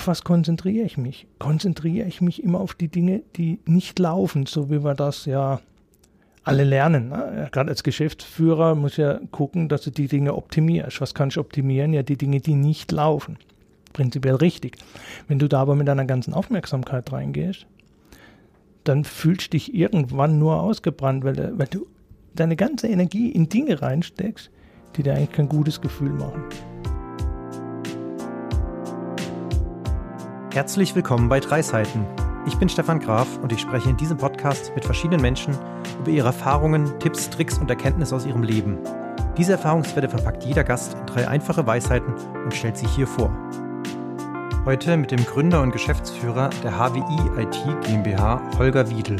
was konzentriere ich mich? Konzentriere ich mich immer auf die Dinge, die nicht laufen, so wie wir das ja alle lernen. Ne? Gerade als Geschäftsführer muss ja gucken, dass du die Dinge optimierst. Was kannst du optimieren? Ja, die Dinge, die nicht laufen. Prinzipiell richtig. Wenn du da aber mit deiner ganzen Aufmerksamkeit reingehst, dann fühlst du dich irgendwann nur ausgebrannt, weil du deine ganze Energie in Dinge reinsteckst, die dir eigentlich kein gutes Gefühl machen. Herzlich willkommen bei 3 Seiten. Ich bin Stefan Graf und ich spreche in diesem Podcast mit verschiedenen Menschen über ihre Erfahrungen, Tipps, Tricks und Erkenntnisse aus ihrem Leben. Diese Erfahrungswerte verpackt jeder Gast in 3 einfache Weisheiten und stellt sie hier vor. Heute mit dem Gründer und Geschäftsführer der HWI IT GmbH, Holger Wiedel.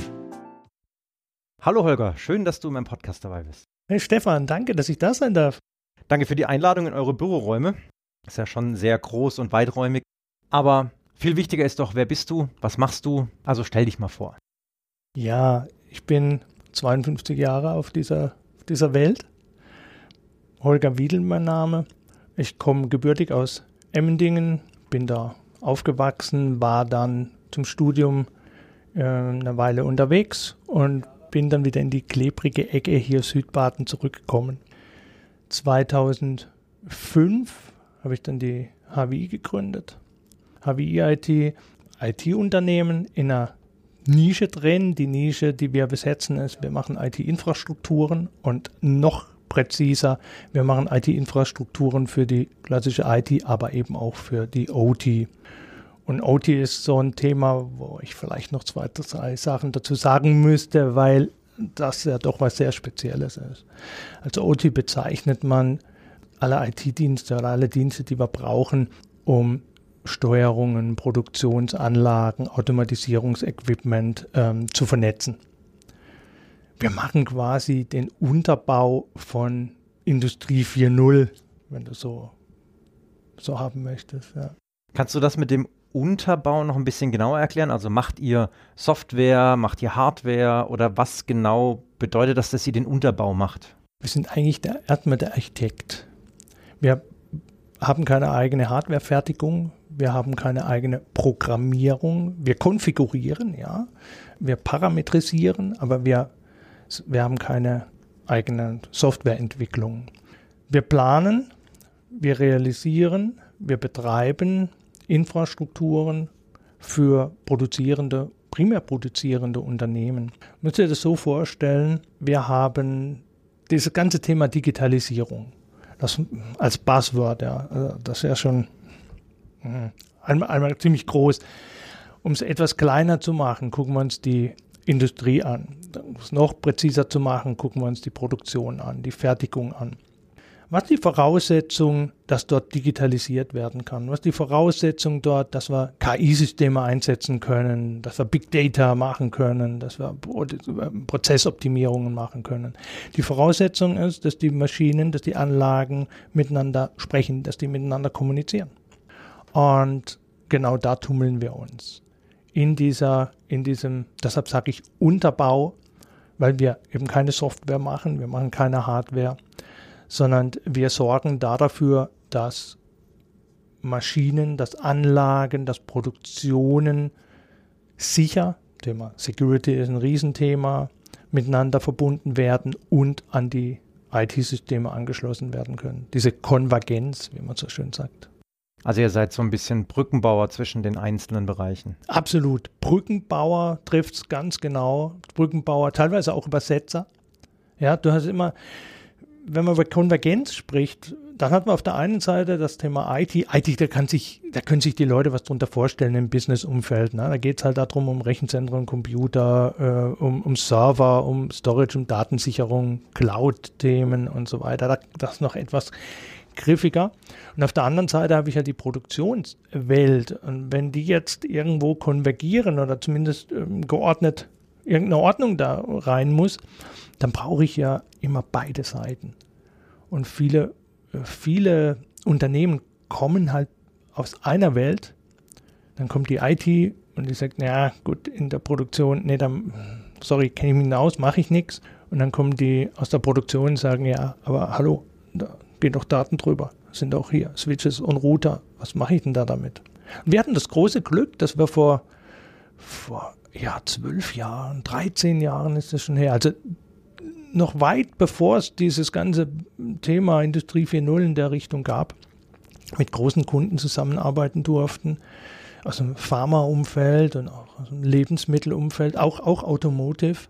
Hallo Holger, schön, dass du in meinem Podcast dabei bist. Hey Stefan, danke, dass ich da sein darf. Danke für die Einladung in eure Büroräume. Ist ja schon sehr groß und weiträumig. Aber viel wichtiger ist doch, wer bist du, was machst du? Also stell dich mal vor. Ja, ich bin 52 Jahre auf dieser Welt. Holger Wiedel mein Name. Ich komme gebürtig aus Emmendingen, bin da aufgewachsen, war dann zum Studium eine Weile unterwegs und bin dann wieder in die klebrige Ecke hier Südbaden zurückgekommen. 2005 habe ich dann die HWI gegründet. HWI IT, IT-Unternehmen in einer Nische drin. Die Nische, die wir besetzen, ist, wir machen IT-Infrastrukturen und noch präziser, wir machen IT-Infrastrukturen für die klassische IT, aber eben auch für die OT. Und OT ist so ein Thema, wo ich vielleicht noch 2, 3 Sachen dazu sagen müsste, weil das ja doch was sehr Spezielles ist. Als OT bezeichnet man alle IT-Dienste oder alle Dienste, die wir brauchen, um Steuerungen, Produktionsanlagen, Automatisierungsequipment zu vernetzen. Wir machen quasi den Unterbau von Industrie 4.0, wenn du so haben möchtest. Ja. Kannst du das mit dem Unterbau noch ein bisschen genauer erklären? Also macht ihr Software, macht ihr Hardware oder was genau bedeutet das, dass ihr den Unterbau macht? Wir sind eigentlich erstmal der Architekt. Wir haben keine eigene Hardwarefertigung, wir haben keine eigene Programmierung. Wir konfigurieren, ja, wir parametrisieren, aber wir haben keine eigene Softwareentwicklung. Wir planen, wir realisieren, wir betreiben Infrastrukturen für primär produzierende Unternehmen. Ich muss dir das so vorstellen, wir haben dieses ganze Thema Digitalisierung. Das als Buzzword, ja, also das ist ja schon einmal ziemlich groß. Um es etwas kleiner zu machen, gucken wir uns die Industrie an. Um es noch präziser zu machen, gucken wir uns die Produktion an, die Fertigung an. Was ist die Voraussetzung, dass dort digitalisiert werden kann? Was ist die Voraussetzung dort, dass wir KI-Systeme einsetzen können, dass wir Big Data machen können, dass wir Prozessoptimierungen machen können? Die Voraussetzung ist, dass die Maschinen, dass die Anlagen miteinander sprechen, dass die miteinander kommunizieren. Und genau da tummeln wir uns. In diesem, deshalb sage ich Unterbau, weil wir eben keine Software machen, wir machen keine Hardware, sondern wir sorgen dafür, dass Maschinen, dass Anlagen, dass Produktionen sicher, Thema Security ist ein Riesenthema, miteinander verbunden werden und an die IT-Systeme angeschlossen werden können. Diese Konvergenz, wie man so schön sagt. Also ihr seid so ein bisschen Brückenbauer zwischen den einzelnen Bereichen. Absolut. Brückenbauer trifft es ganz genau. Brückenbauer, teilweise auch Übersetzer. Ja, du hast immer, wenn man über Konvergenz spricht, dann hat man auf der einen Seite das Thema IT. Da können sich die Leute was drunter vorstellen im Business-Umfeld. Ne? Da geht es halt darum, um Rechenzentren, Computer, um Server, um Storage, um Datensicherung, Cloud-Themen und so weiter. Das ist noch etwas griffiger. Und auf der anderen Seite habe ich ja die Produktionswelt. Und wenn die jetzt irgendwo konvergieren oder zumindest geordnet irgendeine Ordnung da rein muss, dann brauche ich ja immer beide Seiten. Und viele Unternehmen kommen halt aus einer Welt, dann kommt die IT und die sagt, naja, gut, in der Produktion, nee, dann, sorry, kenne ich mich nicht aus, mache ich nichts. Und dann kommen die aus der Produktion und sagen, ja, aber hallo, da gehen doch Daten drüber, sind auch hier Switches und Router, was mache ich denn da damit? Und wir hatten das große Glück, dass wir vor 12 Jahren, 13 Jahren ist das schon her, also noch weit bevor es dieses ganze Thema Industrie 4.0 in der Richtung gab, mit großen Kunden zusammenarbeiten durften, aus dem Pharma-Umfeld und auch aus dem Lebensmittelumfeld, auch Automotive,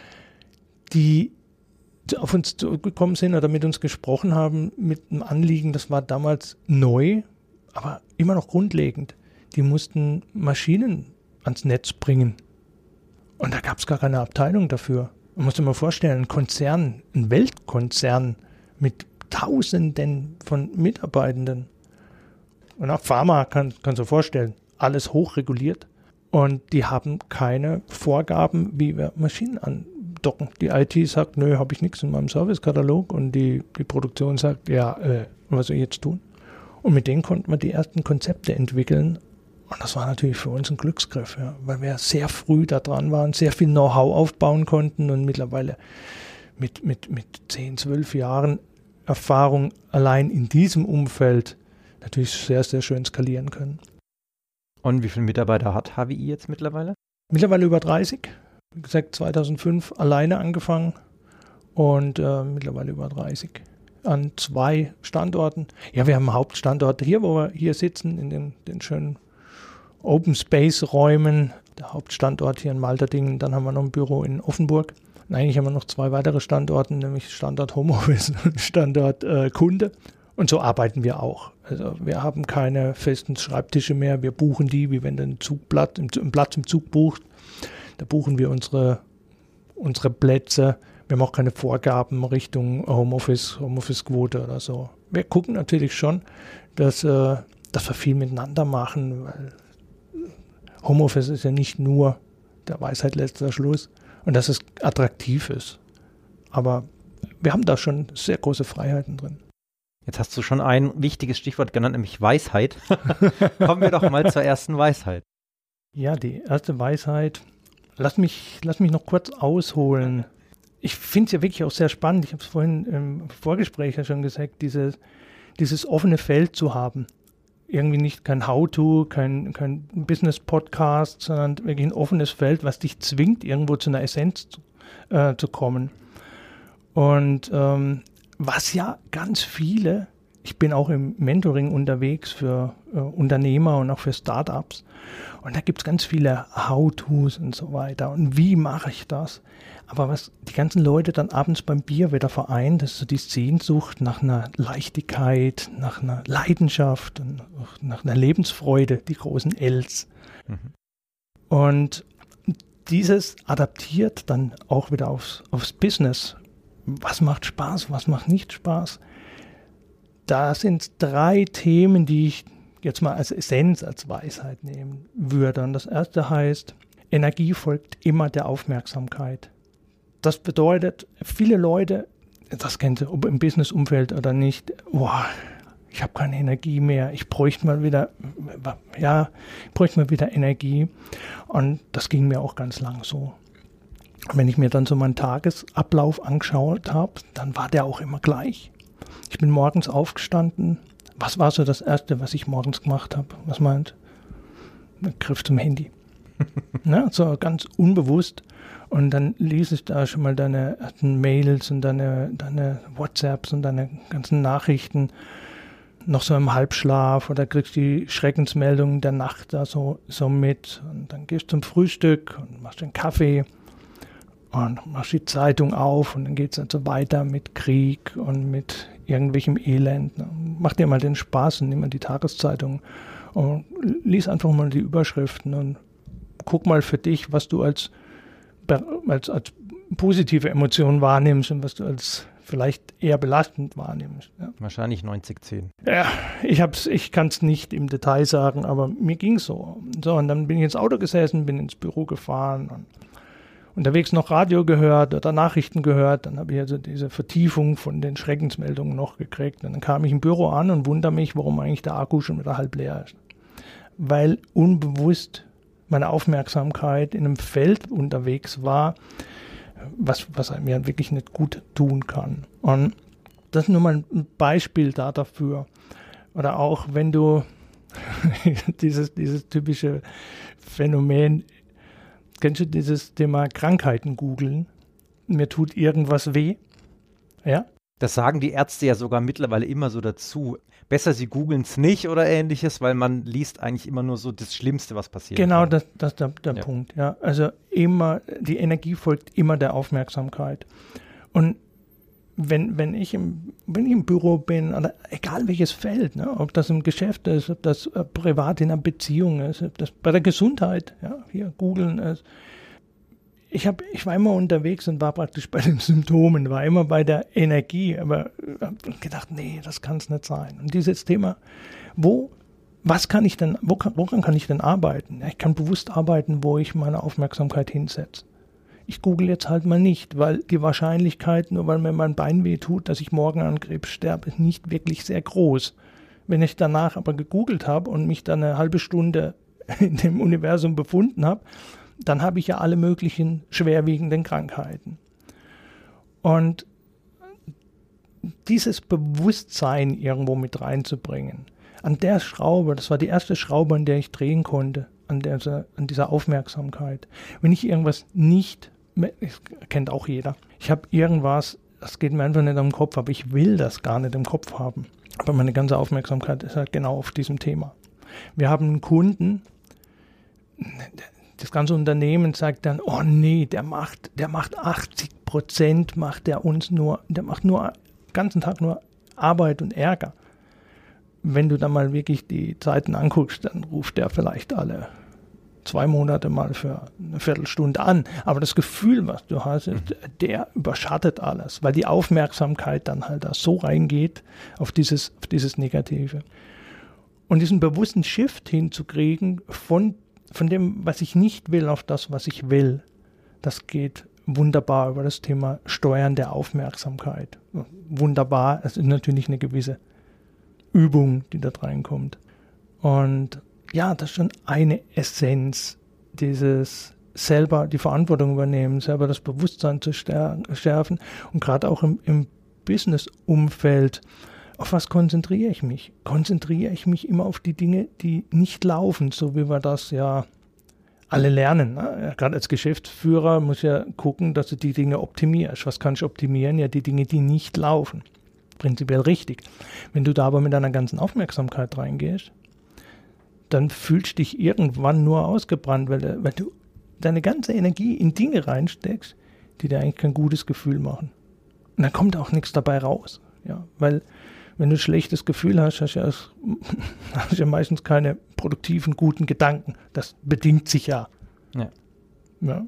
die auf uns zurückgekommen sind oder mit uns gesprochen haben mit einem Anliegen, das war damals neu, aber immer noch grundlegend. Die mussten Maschinen ans Netz bringen. Und da gab es gar keine Abteilung dafür. Man muss sich mal vorstellen, ein Konzern, ein Weltkonzern mit Tausenden von Mitarbeitenden. Und auch Pharma kannst du dir vorstellen, alles hochreguliert. Und die haben keine Vorgaben, wie wir Maschinen andocken. Die IT sagt, nö, habe ich nichts in meinem Servicekatalog. Und die Produktion sagt, ja, was soll ich jetzt tun? Und mit denen konnten wir die ersten Konzepte entwickeln. Und das war natürlich für uns ein Glücksgriff, ja, weil wir sehr früh da dran waren, sehr viel Know-how aufbauen konnten und mittlerweile mit 10, 12 Jahren Erfahrung allein in diesem Umfeld natürlich sehr, sehr schön skalieren können. Und wie viele Mitarbeiter hat HWI jetzt mittlerweile? Mittlerweile über 30. Wie gesagt, 2005 alleine angefangen und mittlerweile über 30 an 2 Standorten. Ja, wir haben einen Hauptstandort hier, wo wir hier sitzen, in den schönen Open Space Räumen, der Hauptstandort hier in Malterdingen, dann haben wir noch ein Büro in Offenburg. Und eigentlich haben wir noch 2 weitere Standorte, nämlich Standort Homeoffice und Standort Kunde. Und so arbeiten wir auch. Also wir haben keine festen Schreibtische mehr, wir buchen die, wie wenn du einen Platz im Zug buchst. Da buchen wir unsere Plätze. Wir haben auch keine Vorgaben Richtung Homeoffice-Quote oder so. Wir gucken natürlich schon, dass wir viel miteinander machen, weil Homeoffice ist ja nicht nur der Weisheit letzter Schluss und dass es attraktiv ist. Aber wir haben da schon sehr große Freiheiten drin. Jetzt hast du schon ein wichtiges Stichwort genannt, nämlich Weisheit. Kommen wir doch mal zur ersten Weisheit. Ja, die erste Weisheit. Lass mich noch kurz ausholen. Ich finde es ja wirklich auch sehr spannend. Ich habe es vorhin im Vorgespräch ja schon gesagt, dieses offene Feld zu haben. Irgendwie nicht kein How-to, kein Business-Podcast, sondern wirklich ein offenes Feld, was dich zwingt, irgendwo zu einer Essenz zu kommen. Und was ja ganz viele, ich bin auch im Mentoring unterwegs für Unternehmer und auch für Startups. Und da gibt es ganz viele How-Tos und so weiter. Und wie mache ich das? Aber was die ganzen Leute dann abends beim Bier wieder vereint, das ist so die Sehnsucht nach einer Leichtigkeit, nach einer Leidenschaft und nach einer Lebensfreude, die großen Ls. Mhm. Und dieses adaptiert dann auch wieder aufs Business. Was macht Spaß, was macht nicht Spaß? Da sind 3 Themen, die ich jetzt mal als Essenz, als Weisheit nehmen würde. Und das erste heißt, Energie folgt immer der Aufmerksamkeit. Das bedeutet, viele Leute, das kennt ihr, ob im Businessumfeld oder nicht, ich habe keine Energie mehr, ich bräuchte mal wieder Energie. Und das ging mir auch ganz lang so. Wenn ich mir dann so meinen Tagesablauf angeschaut habe, dann war der auch immer gleich. Ich bin morgens aufgestanden. Was war so das Erste, was ich morgens gemacht habe? Was meint? Griff zum Handy. Ja, so ganz unbewusst. Und dann liest ich da schon mal deine ersten Mails und deine WhatsApps und deine ganzen Nachrichten noch so im Halbschlaf oder kriegst die Schreckensmeldungen der Nacht da so mit. Und dann gehst du zum Frühstück und machst den Kaffee und machst die Zeitung auf und dann geht es also weiter mit Krieg und mit irgendwelchem Elend. Mach dir mal den Spaß und nimm mal die Tageszeitung und lies einfach mal die Überschriften und guck mal für dich, was du als positive Emotion wahrnimmst und was du als vielleicht eher belastend wahrnimmst. Ja. Wahrscheinlich 90-10. Ja, ich kann es nicht im Detail sagen, aber mir ging es so. Und dann bin ich ins Auto gesessen, bin ins Büro gefahren und unterwegs noch Radio gehört oder Nachrichten gehört. Dann habe ich also diese Vertiefung von den Schreckensmeldungen noch gekriegt. Und dann kam ich im Büro an und wundere mich, warum eigentlich der Akku schon wieder halb leer ist. Weil unbewusst meine Aufmerksamkeit in einem Feld unterwegs war, was einem ja wirklich nicht gut tun kann. Und das ist nur mal ein Beispiel dafür. Oder auch wenn du dieses typische Phänomen. Kennst du dieses Thema Krankheiten googeln? Mir tut irgendwas weh. Ja? Das sagen die Ärzte ja sogar mittlerweile immer so dazu. Besser, sie googeln es nicht oder ähnliches, weil man liest eigentlich immer nur so das Schlimmste, was passiert. Genau, das ist der Punkt. Ja. Also immer, die Energie folgt immer der Aufmerksamkeit. Und wenn ich im Büro bin, oder egal welches Feld, ne, ob das im Geschäft ist, ob das privat in einer Beziehung ist, ob das bei der Gesundheit, ja, hier googeln ist. Ich war immer unterwegs und war praktisch bei den Symptomen, war immer bei der Energie, aber habe gedacht, nee, das kann es nicht sein. Und dieses Thema, woran kann ich denn arbeiten? Ja, ich kann bewusst arbeiten, wo ich meine Aufmerksamkeit hinsetze. Ich google jetzt halt mal nicht, weil die Wahrscheinlichkeit, nur weil mir mein Bein weh tut, dass ich morgen an Krebs sterbe, ist nicht wirklich sehr groß. Wenn ich danach aber gegoogelt habe und mich dann eine halbe Stunde in dem Universum befunden habe, dann habe ich ja alle möglichen schwerwiegenden Krankheiten. Und dieses Bewusstsein irgendwo mit reinzubringen, an der Schraube, das war die erste Schraube, an der ich drehen konnte, an dieser Aufmerksamkeit. Wenn ich irgendwas nicht, das kennt auch jeder, ich habe irgendwas, das geht mir einfach nicht am Kopf, aber ich will das gar nicht im Kopf haben. Aber meine ganze Aufmerksamkeit ist halt genau auf diesem Thema. Wir haben einen Kunden, das ganze Unternehmen sagt dann, oh nee, der macht 80%, der macht nur den ganzen Tag nur Arbeit und Ärger. Wenn du dann mal wirklich die Zeiten anguckst, dann ruft der vielleicht alle 2 Monate mal für eine Viertelstunde an. Aber das Gefühl, was du hast, der überschattet alles, weil die Aufmerksamkeit dann halt da so reingeht auf dieses Negative. Und diesen bewussten Shift hinzukriegen von dem, was ich nicht will, auf das, was ich will, das geht wunderbar über das Thema Steuern der Aufmerksamkeit. Wunderbar, es ist natürlich eine gewisse Übung, die da reinkommt. Und ja, das ist schon eine Essenz, dieses selber die Verantwortung übernehmen, selber das Bewusstsein zu schärfen und gerade auch im Business-Umfeld. Auf was konzentriere ich mich? Konzentriere ich mich immer auf die Dinge, die nicht laufen, so wie wir das ja alle lernen. Ne? Gerade als Geschäftsführer muss ja gucken, dass du die Dinge optimierst. Was kann ich optimieren? Ja, die Dinge, die nicht laufen. Prinzipiell richtig. Wenn du da aber mit deiner ganzen Aufmerksamkeit reingehst, dann fühlst du dich irgendwann nur ausgebrannt, weil du deine ganze Energie in Dinge reinsteckst, die dir eigentlich kein gutes Gefühl machen. Und dann kommt auch nichts dabei raus. Ja, weil wenn du ein schlechtes Gefühl hast, hast du ja meistens keine produktiven, guten Gedanken. Das bedingt sich ja. Ja,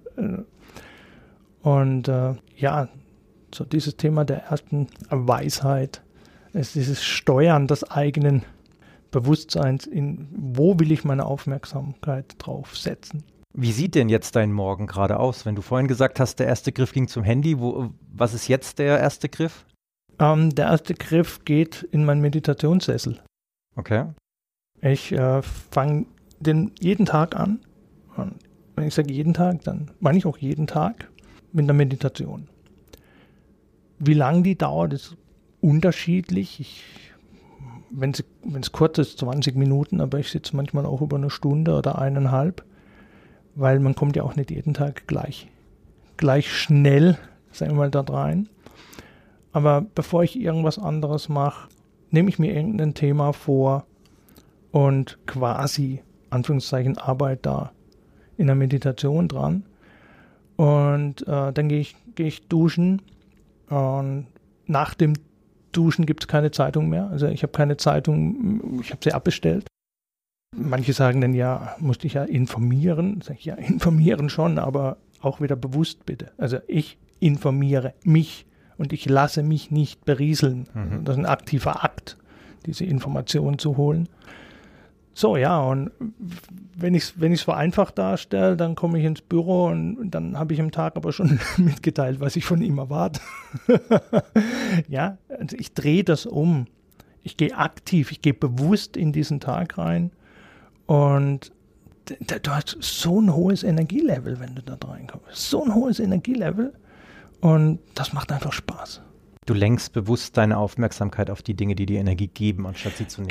und so dieses Thema der ersten Weisheit ist dieses Steuern des eigenen Bewusstseins, wo will ich meine Aufmerksamkeit drauf setzen. Wie sieht denn jetzt dein Morgen gerade aus? Wenn du vorhin gesagt hast, der erste Griff ging zum Handy, was ist jetzt der erste Griff? Der erste Griff geht in meinen Meditationssessel. Okay. Ich fange jeden Tag an. Und wenn ich sage jeden Tag, dann meine ich auch jeden Tag mit einer Meditation. Wie lange die dauert, ist unterschiedlich. Wenn es kurz ist, 20 Minuten, aber ich sitze manchmal auch über eine Stunde oder 1,5, weil man kommt ja auch nicht jeden Tag gleich schnell, sagen wir mal, da rein. Aber bevor ich irgendwas anderes mache, nehme ich mir irgendein Thema vor und quasi, Anführungszeichen, arbeite da in der Meditation dran. Und dann gehe ich duschen. Und nach dem Duschen gibt es keine Zeitung mehr. Also ich habe keine Zeitung, ich habe sie abbestellt. Manche sagen dann, ja, musste ich ja informieren. Sag ich, ja, informieren schon, aber auch wieder bewusst bitte. Also ich informiere mich. Und ich lasse mich nicht berieseln. Mhm. Das ist ein aktiver Akt, diese Information zu holen. So, ja, und wenn ich es vereinfacht darstelle, dann komme ich ins Büro und dann habe ich am Tag aber schon mitgeteilt, was ich von ihm erwarte. Ja, also ich drehe das um. Ich gehe aktiv, ich gehe bewusst in diesen Tag rein und du hast so ein hohes Energielevel, wenn du da reinkommst. So ein hohes Energielevel. Und das macht einfach Spaß. Du lenkst bewusst deine Aufmerksamkeit auf die Dinge, die dir Energie geben, anstatt sie zu nehmen. Genau,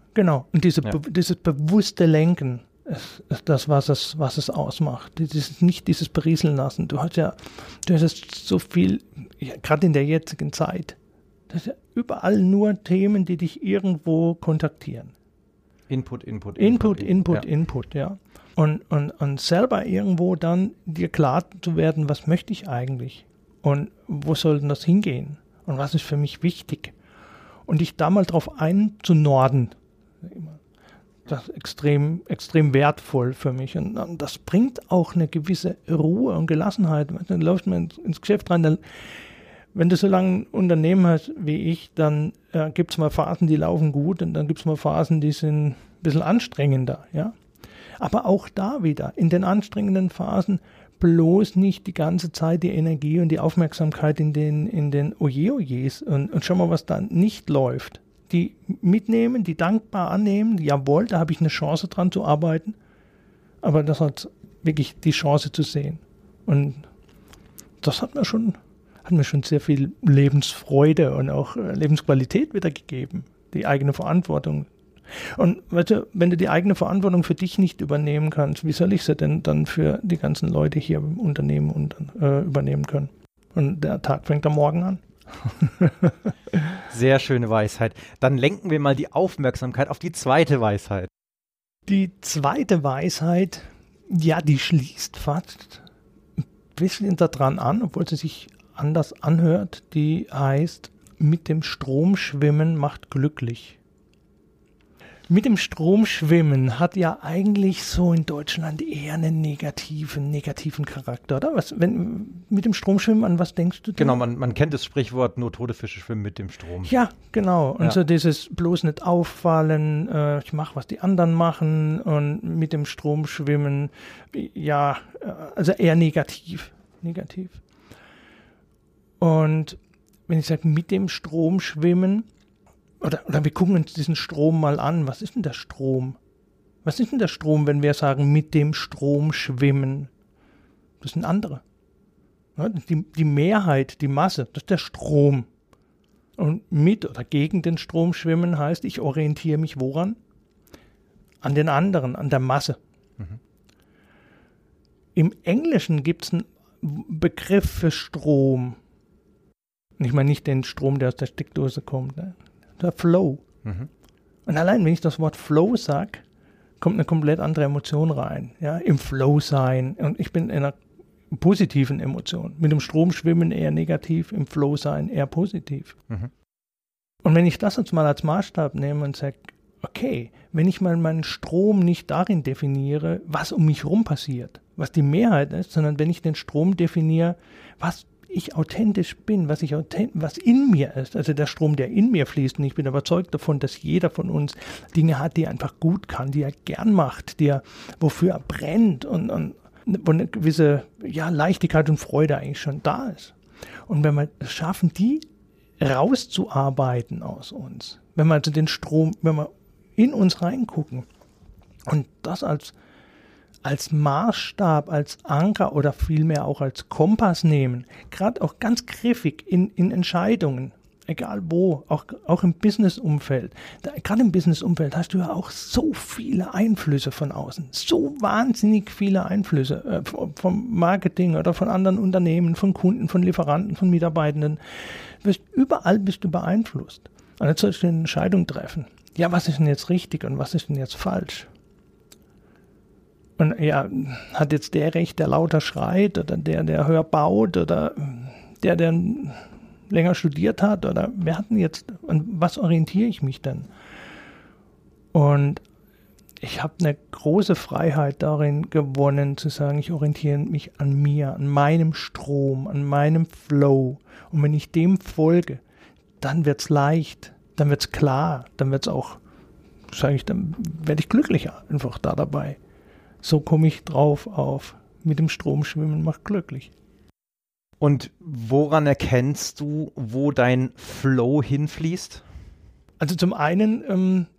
Genau. Und dieses bewusste Lenken ist das, was es ausmacht. Das ist nicht dieses Berieseln lassen. Du hast so viel, ja, gerade in der jetzigen Zeit, das ist ja überall nur Themen, die dich irgendwo kontaktieren. Input. Ja. Und selber irgendwo dann dir klar zu werden, was möchte ich eigentlich? Und wo soll denn das hingehen? Und was ist für mich wichtig? Und dich da mal drauf einzunorden, das ist extrem, extrem wertvoll für mich. Und das bringt auch eine gewisse Ruhe und Gelassenheit. Dann läuft man ins Geschäft rein. Wenn du so lange ein Unternehmen hast wie ich, dann gibt es mal Phasen, die laufen gut, und dann gibt es mal Phasen, die sind ein bisschen anstrengender. Ja? Aber auch da wieder, in den anstrengenden Phasen, bloß nicht die ganze Zeit die Energie und die Aufmerksamkeit in den Oje-Ojes und schau mal, was da nicht läuft. Die mitnehmen, die dankbar annehmen, jawohl, da habe ich eine Chance dran zu arbeiten, aber das hat wirklich die Chance zu sehen. Und das hat mir schon sehr viel Lebensfreude und auch Lebensqualität wiedergegeben, die eigene Verantwortung. Und weißt du, wenn du die eigene Verantwortung für dich nicht übernehmen kannst, wie soll ich sie denn dann für die ganzen Leute hier im Unternehmen übernehmen können? Und der Tag fängt am Morgen an. Sehr schöne Weisheit. Dann lenken wir mal die Aufmerksamkeit auf die zweite Weisheit. Die zweite Weisheit, ja, die schließt fast ein bisschen daran an, obwohl sie sich anders anhört. Die heißt, mit dem Strom schwimmen macht glücklich. Mit dem Strom schwimmen hat ja eigentlich so in Deutschland eher einen negativen Charakter, oder? Mit dem Strom schwimmen, an was denkst du denn? Genau, man kennt das Sprichwort, nur tote Fische schwimmen mit dem Strom. Ja, genau. Und so dieses bloß nicht auffallen, ich mache, was die anderen machen, und mit dem Strom schwimmen, ja, also eher negativ. Und wenn ich sage, mit dem Strom schwimmen, oder wir gucken uns diesen Strom mal an. Was ist denn der Strom? Was ist denn der Strom, wenn wir sagen, mit dem Strom schwimmen? Das sind andere. Ja, die Mehrheit, die Masse, das ist der Strom. Und mit oder gegen den Strom schwimmen heißt, ich orientiere mich woran? An den anderen, an der Masse. Mhm. Im Englischen gibt es einen Begriff für Strom. Ich meine nicht den Strom, der aus der Steckdose kommt, ne? Der Flow. Mhm. Und allein, wenn ich das Wort Flow sage, kommt eine komplett andere Emotion rein. Ja? Im Flow sein. Und ich bin in einer positiven Emotion. Mit dem Strom schwimmen eher negativ, im Flow sein eher positiv. Mhm. Und wenn ich das jetzt mal als Maßstab nehme und sage, okay, wenn ich mal meinen Strom nicht darin definiere, was um mich herum passiert, was die Mehrheit ist, sondern wenn ich den Strom definiere, was ich authentisch bin, was in mir ist, also der Strom, der in mir fließt, und ich bin überzeugt davon, dass jeder von uns Dinge hat, die er einfach gut kann, die er gern macht, wofür er brennt und wo eine gewisse Leichtigkeit und Freude eigentlich schon da ist. Und wenn wir es schaffen, die rauszuarbeiten aus uns, wenn wir also den Strom, wenn wir in uns reingucken und das als Maßstab, als Anker oder vielmehr auch als Kompass nehmen, gerade auch ganz griffig in Entscheidungen, egal wo, auch im Business-Umfeld. Gerade im Business-Umfeld hast du ja auch so viele Einflüsse von außen, so wahnsinnig viele Einflüsse vom Marketing oder von anderen Unternehmen, von Kunden, von Lieferanten, von Mitarbeitenden. Überall bist du beeinflusst. Und jetzt sollst du eine Entscheidung treffen. Ja, was ist denn jetzt richtig und was ist denn jetzt falsch? Und ja, hat jetzt der recht, der lauter schreit, oder der höher baut, oder der länger studiert hat, oder wer hat denn jetzt, an was orientiere ich mich denn? Und ich habe eine große Freiheit darin gewonnen, zu sagen, ich orientiere mich an mir, an meinem Strom, an meinem Flow. Und wenn ich dem folge, dann wird es leicht, dann wird es klar, dann wird es auch, dann werde ich glücklicher einfach da dabei. So komme ich drauf auf, mit dem Strom schwimmen macht glücklich. Und woran erkennst du, wo dein Flow hinfließt? Also zum einen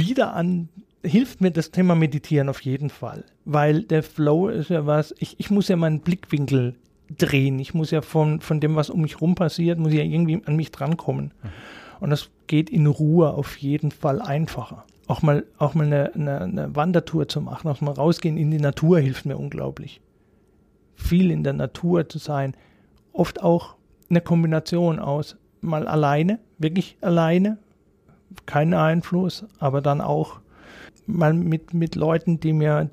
hilft mir das Thema Meditieren auf jeden Fall, weil der Flow ist ja was, ich muss ja meinen Blickwinkel drehen, ich muss ja von dem, was um mich rum passiert, muss ich ja irgendwie an mich drankommen. Mhm. Und das geht in Ruhe auf jeden Fall einfacher. Auch mal eine Wandertour zu machen, auch mal rausgehen in die Natur hilft mir unglaublich. Viel in der Natur zu sein, oft auch eine Kombination aus mal alleine, wirklich alleine, keinen Einfluss, aber dann auch mal mit Leuten, die mir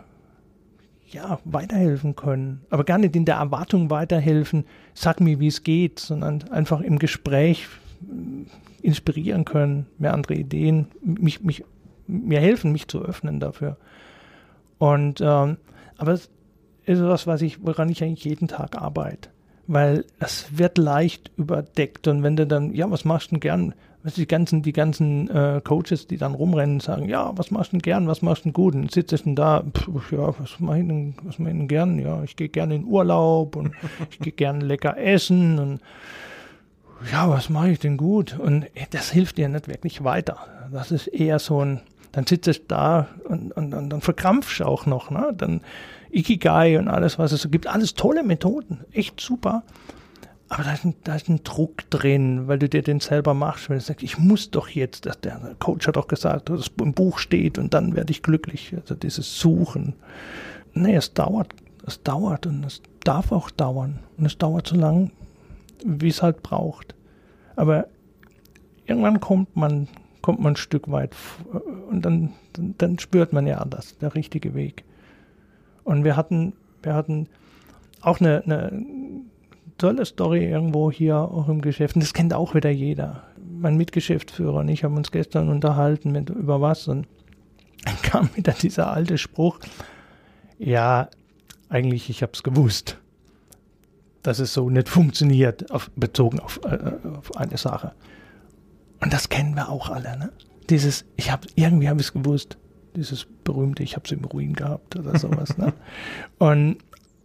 ja, weiterhelfen können. Aber gar nicht in der Erwartung weiterhelfen, sag mir, wie es geht, sondern einfach im Gespräch inspirieren können, mir andere Ideen, mir helfen, mich zu öffnen dafür. Und aber es ist was, woran ich eigentlich jeden Tag arbeite. Weil es wird leicht überdeckt und wenn du dann, ja, was machst du denn gern? Die ganzen Coaches, die dann rumrennen und sagen, ja, was machst du denn gern, was machst du denn gut? Und sitze ich denn da, ja, was mach ich denn gern? Ja, ich gehe gerne in Urlaub und ich gehe gerne lecker essen und ja, was mache ich denn gut? Und das hilft dir nicht wirklich weiter. Das ist eher so dann sitzt ich da und dann verkrampfst du auch noch, ne? Dann Ikigai und alles, was es so gibt, alles tolle Methoden, echt super. Aber da ist ein Druck drin, weil du dir den selber machst, weil du sagst, ich muss doch jetzt, der Coach hat doch gesagt, dass es im Buch steht und dann werde ich glücklich. Also dieses Suchen. Nee, es dauert und es darf auch dauern. Und es dauert so lang, wie es halt braucht. Aber irgendwann kommt man ein Stück weit und dann spürt man ja das, der richtige Weg. Und wir hatten auch eine tolle Story irgendwo hier auch im Geschäft. Und das kennt auch wieder jeder. Mein Mitgeschäftsführer und ich haben uns gestern unterhalten über was und dann kam wieder dieser alte Spruch, ja, eigentlich, ich habe es gewusst, dass es so nicht funktioniert, bezogen auf eine Sache. Und das kennen wir auch alle, ne? Irgendwie habe ich es gewusst. Dieses berühmte, ich habe es im Ruin gehabt oder sowas, ne? Und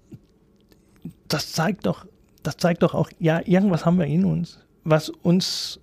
das zeigt doch auch, ja, irgendwas haben wir in uns, was uns,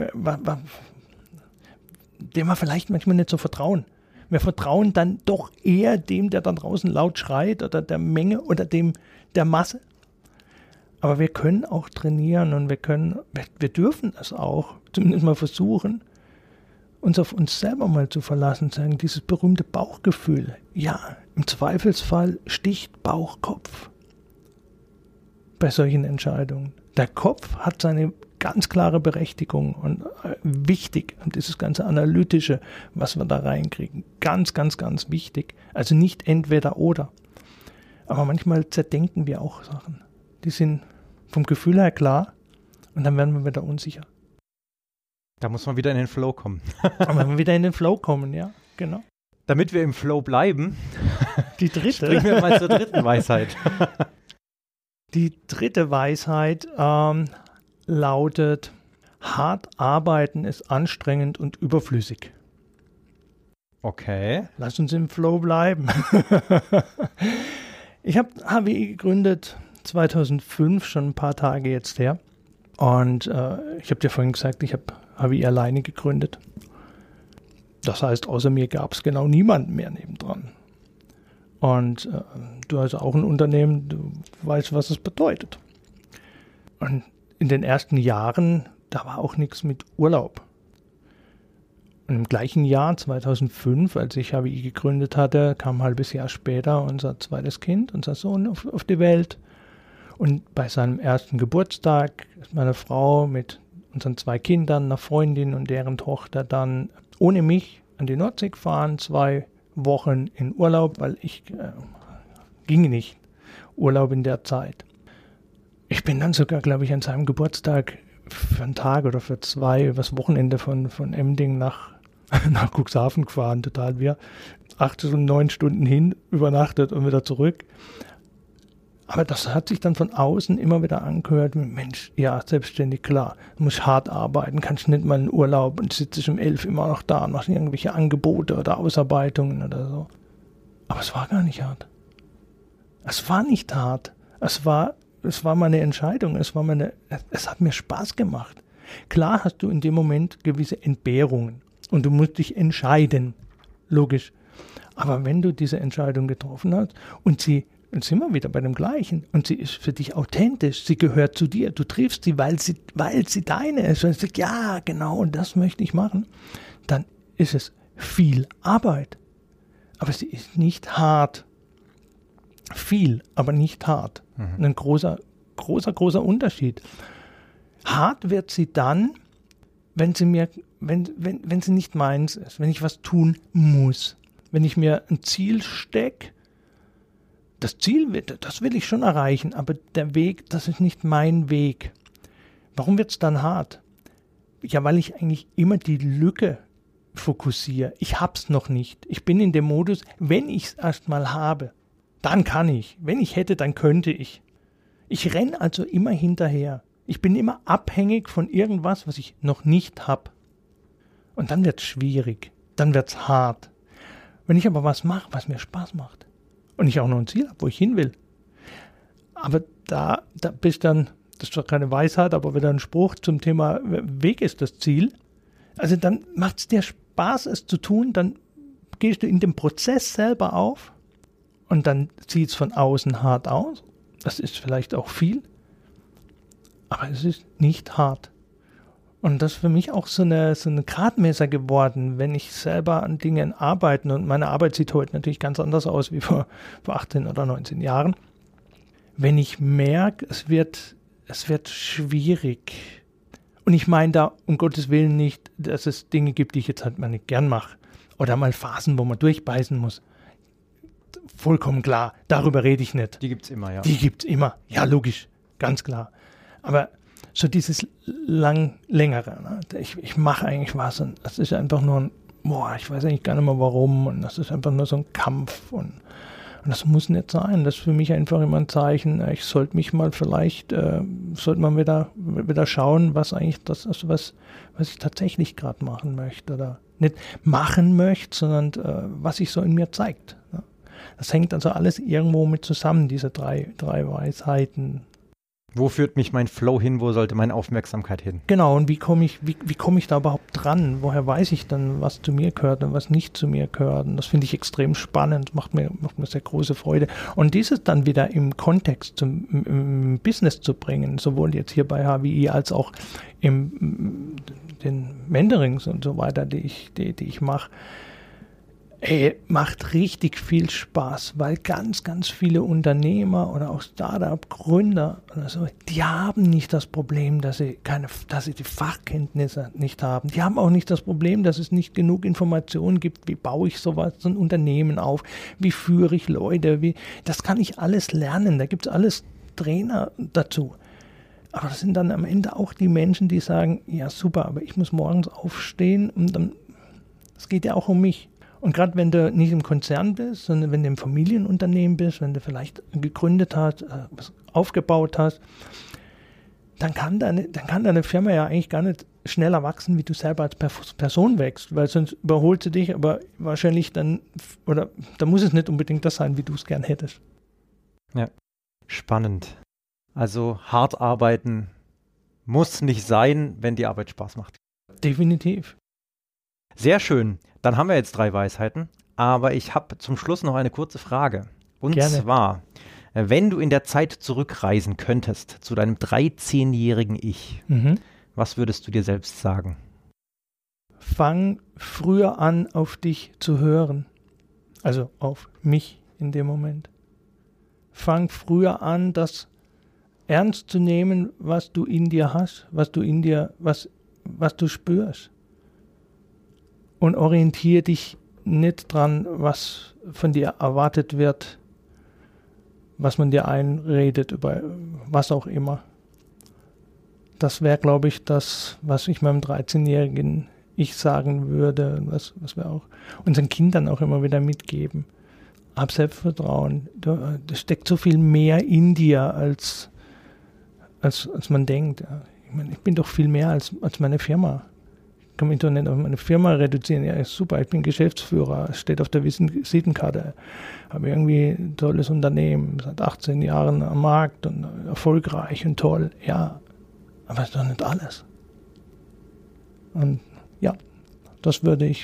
dem wir vielleicht manchmal nicht so vertrauen. Wir vertrauen dann doch eher dem, der da draußen laut schreit oder der Menge oder der Masse. Aber wir können auch trainieren und wir dürfen es auch, zumindest mal versuchen, uns auf uns selber mal zu verlassen, sagen, dieses berühmte Bauchgefühl. Ja, im Zweifelsfall sticht Bauch-Kopf bei solchen Entscheidungen. Der Kopf hat seine ganz klare Berechtigung und wichtig. Und dieses ganze Analytische, was wir da reinkriegen, ganz, ganz, ganz wichtig. Also nicht entweder oder. Aber manchmal zerdenken wir auch Sachen. Die sind vom Gefühl her klar und dann werden wir wieder unsicher. Da muss man wieder in den Flow kommen. Aber wenn wir wieder in den Flow kommen, ja, genau. Damit wir im Flow bleiben, die dritte. Springen wir mal zur dritten Weisheit. Die dritte Weisheit lautet, hart arbeiten ist anstrengend und überflüssig. Okay. Lass uns im Flow bleiben. Ich habe HWI gegründet 2005, schon ein paar Tage jetzt her. Und ich habe dir vorhin gesagt, ich habe HWI alleine gegründet. Das heißt, außer mir gab es genau niemanden mehr nebendran. Und du hast auch ein Unternehmen, du weißt, was es bedeutet. Und in den ersten Jahren, da war auch nichts mit Urlaub. Und im gleichen Jahr, 2005, als ich HWI gegründet hatte, kam ein halbes Jahr später unser zweites Kind, unser Sohn, auf die Welt. Und bei seinem ersten Geburtstag ist meine Frau mit unseren 2 Kindern, einer Freundin und deren Tochter dann ohne mich an die Nordsee gefahren, 2 Wochen in Urlaub, weil ich ging nicht Urlaub in der Zeit. Ich bin dann sogar, glaube ich, an seinem Geburtstag für einen Tag oder für 2 übers Wochenende von Emding nach Cuxhaven gefahren, total wir. 8 und 9 Stunden hin, übernachtet und wieder zurück. Aber das hat sich dann von außen immer wieder angehört, Mensch, ja, selbstständig, klar, du musst hart arbeiten, kannst nicht mal in Urlaub und sitzt um 11 immer noch da, machst irgendwelche Angebote oder Ausarbeitungen oder so. Aber es war gar nicht hart. Es war nicht hart. Es war meine Entscheidung, es hat mir Spaß gemacht. Klar hast du in dem Moment gewisse Entbehrungen und du musst dich entscheiden, logisch. Aber wenn du diese Entscheidung getroffen hast und jetzt sind wir wieder bei dem Gleichen. Und sie ist für dich authentisch. Sie gehört zu dir. Du triffst sie, weil sie deine ist. Und sie sagt, ja, genau, das möchte ich machen. Dann ist es viel Arbeit, aber sie ist nicht hart. Viel, aber nicht hart. Ein großer Unterschied. Hart wird sie dann, wenn sie nicht meins ist, wenn ich was tun muss. Wenn ich mir ein Ziel stecke, das will ich schon erreichen, aber der Weg, das ist nicht mein Weg. Warum wird es dann hart? Ja, weil ich eigentlich immer die Lücke fokussiere. Ich hab's noch nicht. Ich bin in dem Modus, wenn ich es erstmal habe, dann kann ich. Wenn ich hätte, dann könnte ich. Ich renne also immer hinterher. Ich bin immer abhängig von irgendwas, was ich noch nicht habe. Und dann wird es schwierig. Dann wird es hart. Wenn ich aber was mache, was mir Spaß macht und ich auch noch ein Ziel habe, wo ich hin will, aber da bist dann, das ist zwar keine Weisheit, aber wieder ein Spruch zum Thema Weg ist das Ziel. Also dann macht es dir Spaß, es zu tun, dann gehst du in den Prozess selber auf und dann sieht es von außen hart aus. Das ist vielleicht auch viel, aber es ist nicht hart. Und das ist für mich auch so eine Gradmesser geworden, wenn ich selber an Dingen arbeite. Und meine Arbeit sieht heute natürlich ganz anders aus wie vor 18 oder 19 Jahren. Wenn ich merke, es wird schwierig. Und ich meine da um Gottes Willen nicht, dass es Dinge gibt, die ich jetzt halt mal nicht gern mache. Oder mal Phasen, wo man durchbeißen muss. Vollkommen klar, darüber rede ich nicht. Die gibt's immer, ja. Die gibt's immer, ja logisch, ganz klar. Aber so dieses längere, ne? Ich mache eigentlich was und das ist einfach nur ich weiß eigentlich gar nicht mehr warum und das ist einfach nur so ein Kampf und das muss nicht sein. Das ist für mich einfach immer ein Zeichen, ich sollte mich mal sollte man wieder schauen, was eigentlich das ist, was ich tatsächlich gerade machen möchte oder nicht machen möchte, sondern was sich so in mir zeigt. Ne? Das hängt also alles irgendwo mit zusammen, diese drei Weisheiten. Wo führt mich mein Flow hin? Wo sollte meine Aufmerksamkeit hin? Genau, und wie komme ich da überhaupt dran? Woher weiß ich dann, was zu mir gehört und was nicht zu mir gehört? Und das finde ich extrem spannend, macht mir sehr große Freude. Und dieses dann wieder im Kontext im Business zu bringen, sowohl jetzt hier bei HWI als auch den Mentorings und so weiter, die ich mache, macht richtig viel Spaß, weil ganz, ganz viele Unternehmer oder auch Startup-Gründer oder so, die haben nicht das Problem, dass sie die Fachkenntnisse nicht haben. Die haben auch nicht das Problem, dass es nicht genug Informationen gibt, wie baue ich so ein Unternehmen auf, wie führe ich Leute, das kann ich alles lernen, da gibt es alles Trainer dazu. Aber das sind dann am Ende auch die Menschen, die sagen, ja super, aber ich muss morgens aufstehen und dann, es geht ja auch um mich. Und gerade wenn du nicht im Konzern bist, sondern wenn du im Familienunternehmen bist, wenn du vielleicht gegründet hast, was aufgebaut hast, dann kann deine Firma ja eigentlich gar nicht schneller wachsen, wie du selber als Person wächst, weil sonst überholt sie dich, aber wahrscheinlich dann, oder da muss es nicht unbedingt das sein, wie du es gern hättest. Ja, spannend. Also hart arbeiten muss nicht sein, wenn die Arbeit Spaß macht. Definitiv. Sehr schön. Dann haben wir jetzt 3 Weisheiten, aber ich habe zum Schluss noch eine kurze Frage. Und Gerne. zwar, wenn du in der Zeit zurückreisen könntest zu deinem 13-jährigen Ich, was würdest du dir selbst sagen? Fang früher an, auf dich zu hören. Also auf mich in dem Moment. Fang früher an, das ernst zu nehmen, was du in dir hast, was du spürst. Und orientiere dich nicht dran, was von dir erwartet wird, was man dir einredet, über was auch immer. Das wäre, glaube ich, das, was ich meinem 13-jährigen Ich sagen würde, was wir auch unseren Kindern auch immer wieder mitgeben. Hab Selbstvertrauen. Da steckt so viel mehr in dir, als man denkt. Ich meine, ich bin doch viel mehr als meine Firma. Ich kann mich doch nicht auf meine Firma reduzieren. Ja, ist super, ich bin Geschäftsführer, steht auf der Visitenkarte, habe irgendwie ein tolles Unternehmen, seit 18 Jahren am Markt und erfolgreich und toll. Ja, aber das ist doch nicht alles. Und ja, das würde ich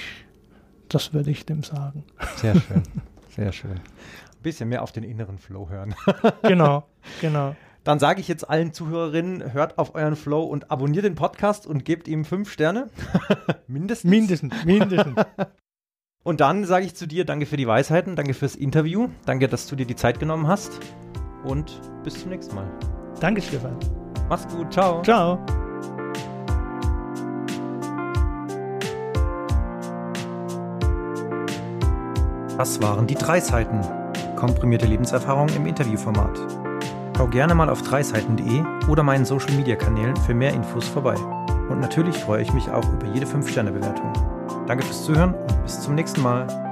dem sagen. Sehr schön, sehr schön. Ein bisschen mehr auf den inneren Flow hören. Genau. Dann sage ich jetzt allen Zuhörerinnen, hört auf euren Flow und abonniert den Podcast und gebt ihm 5 Sterne. Mindestens. Und dann sage ich zu dir, danke für die Weisheiten, danke fürs Interview, danke, dass du dir die Zeit genommen hast und bis zum nächsten Mal. Danke, Stefan. Mach's gut, ciao. Ciao. Das waren die 3 Seiten. Komprimierte Lebenserfahrung im Interviewformat. Schau gerne mal auf 3seiten.de oder meinen Social-Media-Kanälen für mehr Infos vorbei. Und natürlich freue ich mich auch über jede 5-Sterne-Bewertung. Danke fürs Zuhören und bis zum nächsten Mal.